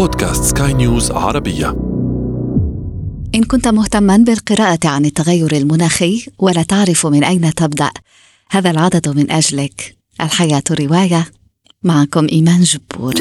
بودكاست سكاي نيوز عربية. إن كنت مهتماً بالقراءة عن التغير المناخي ولا تعرف من أين تبدأ، هذا العدد من أجلك. الحياة رواية، معكم إيمان جبور.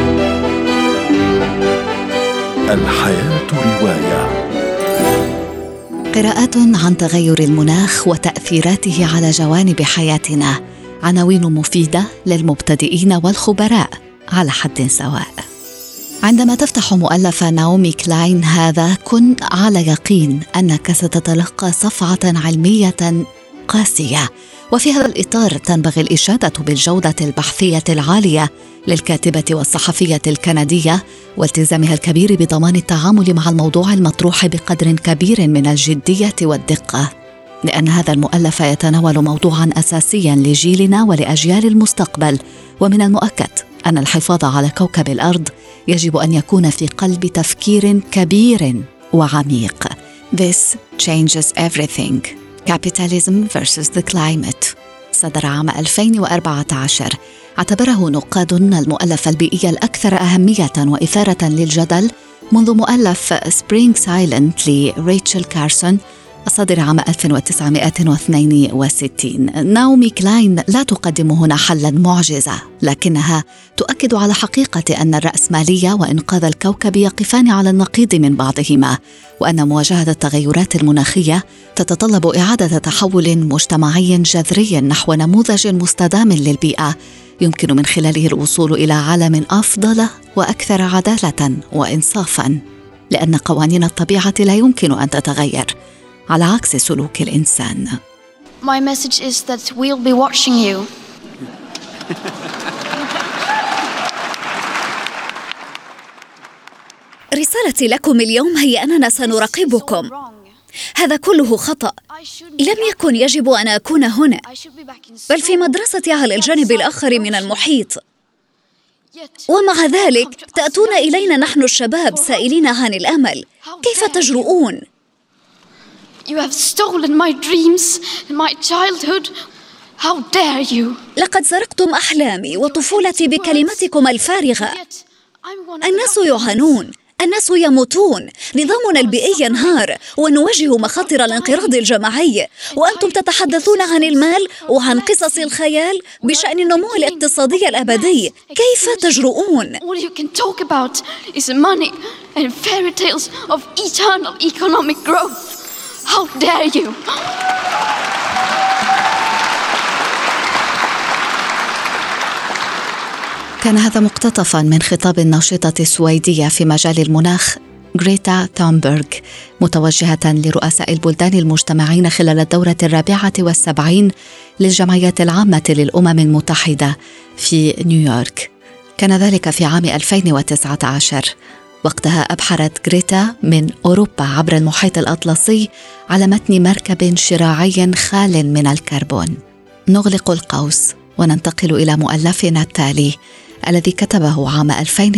الحياة رواية، قراءات عن تغير المناخ وتأثيراته على جوانب حياتنا، عناوين مفيدة للمبتدئين والخبراء على حد سواء. عندما تفتح مؤلف نعومي كلاين هذا، كن على يقين أنك ستتلقى صفعة علمية قاسية. وفي هذا الإطار تنبغي الإشادة بالجودة البحثية العالية للكاتبة والصحفية الكندية، والتزامها الكبير بضمان التعامل مع الموضوع المطروح بقدر كبير من الجدية والدقة، لأن هذا المؤلف يتناول موضوعاً أساسياً لجيلنا ولأجيال المستقبل. ومن المؤكد أن الحفاظ على كوكب الأرض يجب أن يكون في قلب تفكير كبير وعميق. This changes everything. Capitalism versus the climate. صدر عام 2014. اعتبره نقاد المؤلف البيئي الأكثر أهمية وإثارة للجدل منذ مؤلف Spring Silent لريتشل كارسون الصادر عام 1962. نعومي كلاين لا تقدم هنا حلاً معجزة، لكنها تؤكد على حقيقة أن الرأسمالية وإنقاذ الكوكب يقفان على النقيض من بعضهما، وأن مواجهة التغيرات المناخية تتطلب إعادة تحول مجتمعي جذري نحو نموذج مستدام للبيئة يمكن من خلاله الوصول إلى عالم أفضل وأكثر عدالة وإنصافاً، لأن قوانين الطبيعة لا يمكن أن تتغير على عكس سلوك الإنسان. My message is that we'll be watching you. رسالتي لكم اليوم هي أننا سنراقبكم. هذا كله خطأ. لم يكن يجب أن أكون هنا، بل في مدرستي على الجانب الآخر من المحيط. ومع ذلك تأتون إلينا نحن الشباب سائلين عن الأمل. كيف تجرؤون؟ You have stolen my dreams and my childhood. How dare you? لقد سرقتم أحلامي وطفولتي بكلماتكم الفارغة. الناس يعانون، الناس يموتون، نظامنا البيئي ينهار، ونواجه مخاطر الانقراض الجماعي، وأنتم تتحدثون عن المال وعن قصص الخيال بشأن النمو الاقتصادي الأبدي. كيف تجرؤون؟ All you can talk about is money and fairy tales of eternal economic growth. How dare you? كان هذا مقتطفاً من خطاب الناشطة السويدية في مجال المناخ غريتا ثونبرغ، متوجهة لرؤساء البلدان المجتمعين خلال الدورة 74 للجمعية العامة للأمم المتحدة في نيويورك. كان ذلك في عام 2019. وقتها أبحرت غريتا من أوروبا عبر المحيط الأطلسي على متن مركب شراعي خال من الكربون. نغلق القوس وننتقل إلى مؤلفنا التالي الذي كتبه عام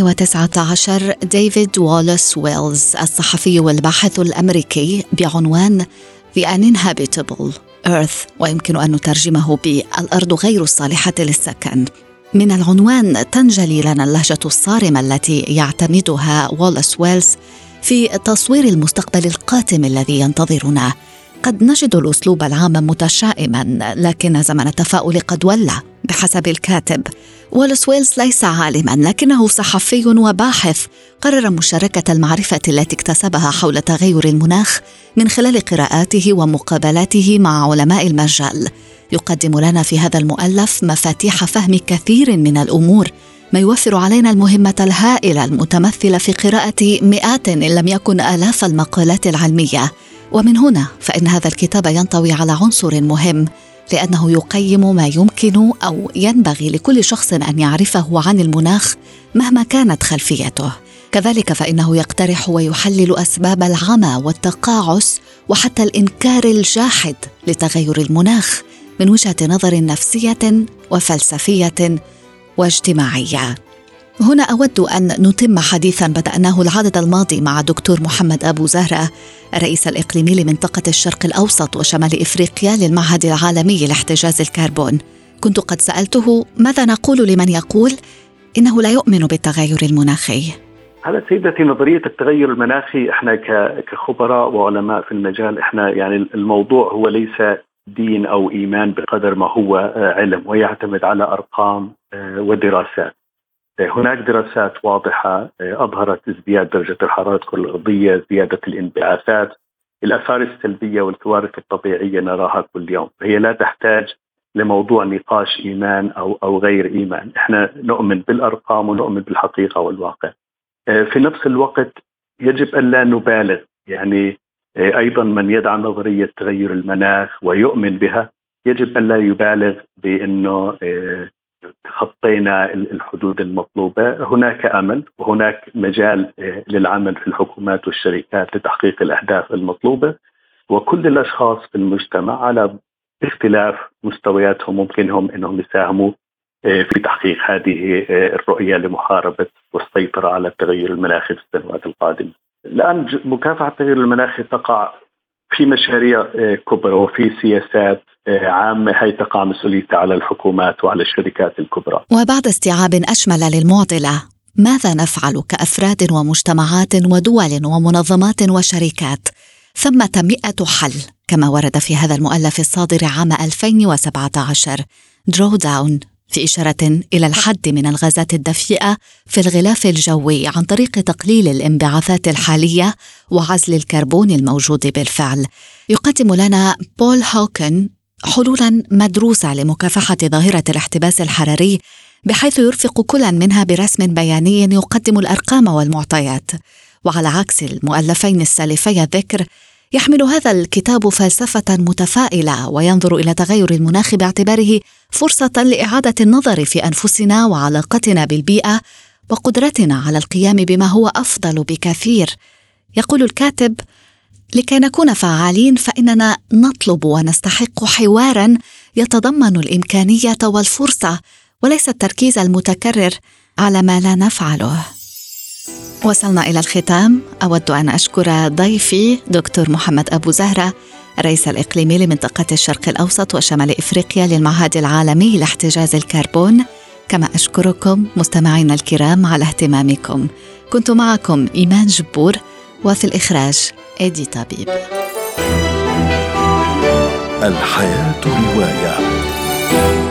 2019 ديفيد والاس ويلز، الصحفي والباحث الأمريكي، بعنوان The Uninhabitable Earth، ويمكن أن نترجمه بالأرض غير الصالحة للسكن. من العنوان تنجلي لنا اللهجة الصارمة التي يعتمدها والاس ويلز في تصوير المستقبل القاتم الذي ينتظرنا. قد نجد الأسلوب العام متشائما، لكن زمن التفاؤل قد ولى بحسب الكاتب. والاس ويلز ليس عالما، لكنه صحفي وباحث قرر مشاركة المعرفة التي اكتسبها حول تغير المناخ من خلال قراءاته ومقابلاته مع علماء المجال. يقدم لنا في هذا المؤلف مفاتيح فهم كثير من الأمور، ما يوفر علينا المهمة الهائلة المتمثلة في قراءة مئات إن لم يكن آلاف المقالات العلمية. ومن هنا فإن هذا الكتاب ينطوي على عنصر مهم، لأنه يقيم ما يمكن أو ينبغي لكل شخص أن يعرفه عن المناخ مهما كانت خلفيته. كذلك فإنه يقترح ويحلل أسباب العمى والتقاعس وحتى الإنكار الجاحد لتغير المناخ من وجهة نظر نفسية وفلسفية واجتماعية. هنا أود أن نتم حديثاً بدأناه العدد الماضي مع دكتور محمد أبو زهرة، الرئيس الإقليمي لمنطقة الشرق الأوسط وشمال إفريقيا للمعهد العالمي لاحتجاز الكربون. كنت قد سألته ماذا نقول لمن يقول إنه لا يؤمن بالتغير المناخي؟ هلا سيدتي، نظرية التغير المناخي احنا كخبراء وعلماء في المجال، احنا يعني الموضوع هو ليس دين أو إيمان بقدر ما هو علم، ويعتمد على أرقام ودراسات. هناك دراسات واضحة أظهرت ازدياد درجة الحرارة الكرة الأرضية، زيادة الانبعاثات، الآثار السلبية والكوارث الطبيعية نراها كل يوم. هي لا تحتاج لموضوع نقاش إيمان أو غير إيمان. احنا نؤمن بالأرقام ونؤمن بالحقيقة والواقع. في نفس الوقت يجب أن لا نبالغ، يعني أيضا من يدعم نظرية تغير المناخ ويؤمن بها يجب أن لا يبالغ بأنه تخطينا الحدود المطلوبة. هناك أمل وهناك مجال للعمل في الحكومات والشركات لتحقيق الأهداف المطلوبة، وكل الأشخاص في المجتمع على اختلاف مستوياتهم ممكنهم أنهم يساهموا في تحقيق هذه الرؤية لمحاربة والسيطرة على التغير المناخي في السنوات القادمة. الآن مكافحة التغير المناخي تقع في مشاريع كبرى وفي سياسات عامة هي تقع مسؤوليتها على الحكومات وعلى الشركات الكبرى. وبعد استيعاب أشمل للمعضلة، ماذا نفعل كأفراد ومجتمعات ودول ومنظمات وشركات؟ ثمة 100 حل كما ورد في هذا المؤلف الصادر عام 2017 درو داون، في إشارة إلى الحد من الغازات الدفيئة في الغلاف الجوي عن طريق تقليل الانبعاثات الحالية وعزل الكربون الموجود بالفعل. يقدم لنا بول هوكن حلولا مدروسة لمكافحة ظاهرة الاحتباس الحراري، بحيث يرفق كل منها برسم بياني يقدم الأرقام والمعطيات. وعلى عكس المؤلفين السالفي الذكر، يحمل هذا الكتاب فلسفة متفائلة وينظر إلى تغير المناخ باعتباره فرصة لإعادة النظر في أنفسنا وعلاقتنا بالبيئة وقدرتنا على القيام بما هو أفضل بكثير. يقول الكاتب: لكي نكون فعالين فإننا نطلب ونستحق حواراً يتضمن الإمكانية والفرصة، وليس التركيز المتكرر على ما لا نفعله. وصلنا إلى الختام. أود أن أشكر ضيفي دكتور محمد أبو زهرة، الرئيس الإقليمي لمنطقة الشرق الأوسط وشمال إفريقيا للمعهد العالمي لاحتجاز الكربون. كما أشكركم مستمعينا الكرام على اهتمامكم. كنت معكم إيمان جبور، وفي الإخراج إيدي طبيب. الحياة رواية.